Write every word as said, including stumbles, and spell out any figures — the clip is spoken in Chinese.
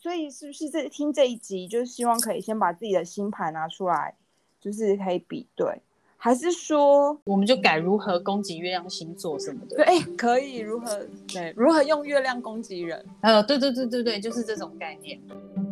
所以是不是这听这一集就是希望可以先把自己的星盘拿出来，就是可以比对，还是说我们就改如何攻击月亮星座什么的？ 对，哎，可以如何对如何用月亮攻击人？ 呃，对对对对对，就是这种概念。